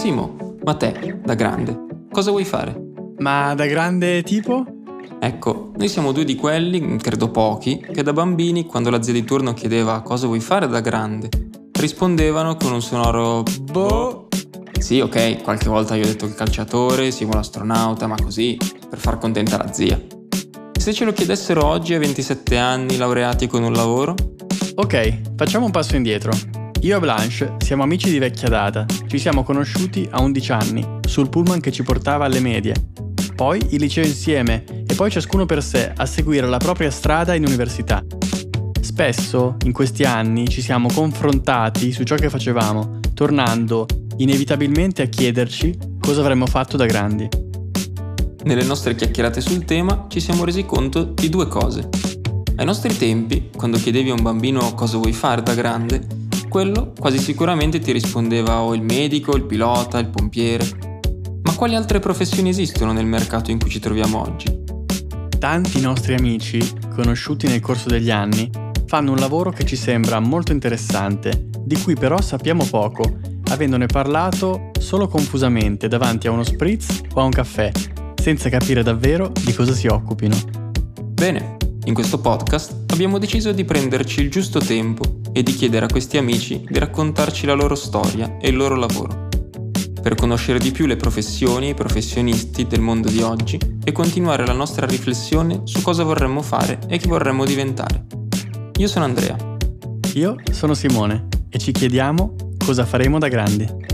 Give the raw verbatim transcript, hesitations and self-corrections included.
Simo, ma te, da grande, cosa vuoi fare? Ma da grande tipo? Ecco, noi siamo due di quelli, credo pochi, che da bambini, quando la zia di turno chiedeva cosa vuoi fare da grande, rispondevano con un sonoro Boh. Sì, ok, qualche volta io ho detto il calciatore, Simo l'astronauta, ma così, per far contenta la zia. E se ce lo chiedessero oggi a ventisette anni, laureati con un lavoro? Ok, facciamo un passo indietro. Io e Blanche siamo amici di vecchia data. Ci siamo conosciuti a undici anni, sul pullman che ci portava alle medie. Poi il liceo insieme e poi ciascuno per sé a seguire la propria strada in università. Spesso, in questi anni, ci siamo confrontati su ciò che facevamo, tornando inevitabilmente a chiederci cosa avremmo fatto da grandi. Nelle nostre chiacchierate sul tema ci siamo resi conto di due cose. Ai nostri tempi, quando chiedevi a un bambino cosa vuoi fare da grande, quello quasi sicuramente ti rispondeva o il medico, il pilota, il pompiere. Ma quali altre professioni esistono nel mercato in cui ci troviamo oggi? Tanti nostri amici, conosciuti nel corso degli anni, fanno un lavoro che ci sembra molto interessante, di cui però sappiamo poco, avendone parlato solo confusamente davanti a uno spritz o a un caffè, senza capire davvero di cosa si occupino. Bene, in questo podcast abbiamo deciso di prenderci il giusto tempo e di chiedere a questi amici di raccontarci la loro storia e il loro lavoro, per conoscere di più le professioni e i professionisti del mondo di oggi e continuare la nostra riflessione su cosa vorremmo fare e chi vorremmo diventare. Io sono Andrea. Io sono Simone e ci chiediamo cosa faremo da grandi.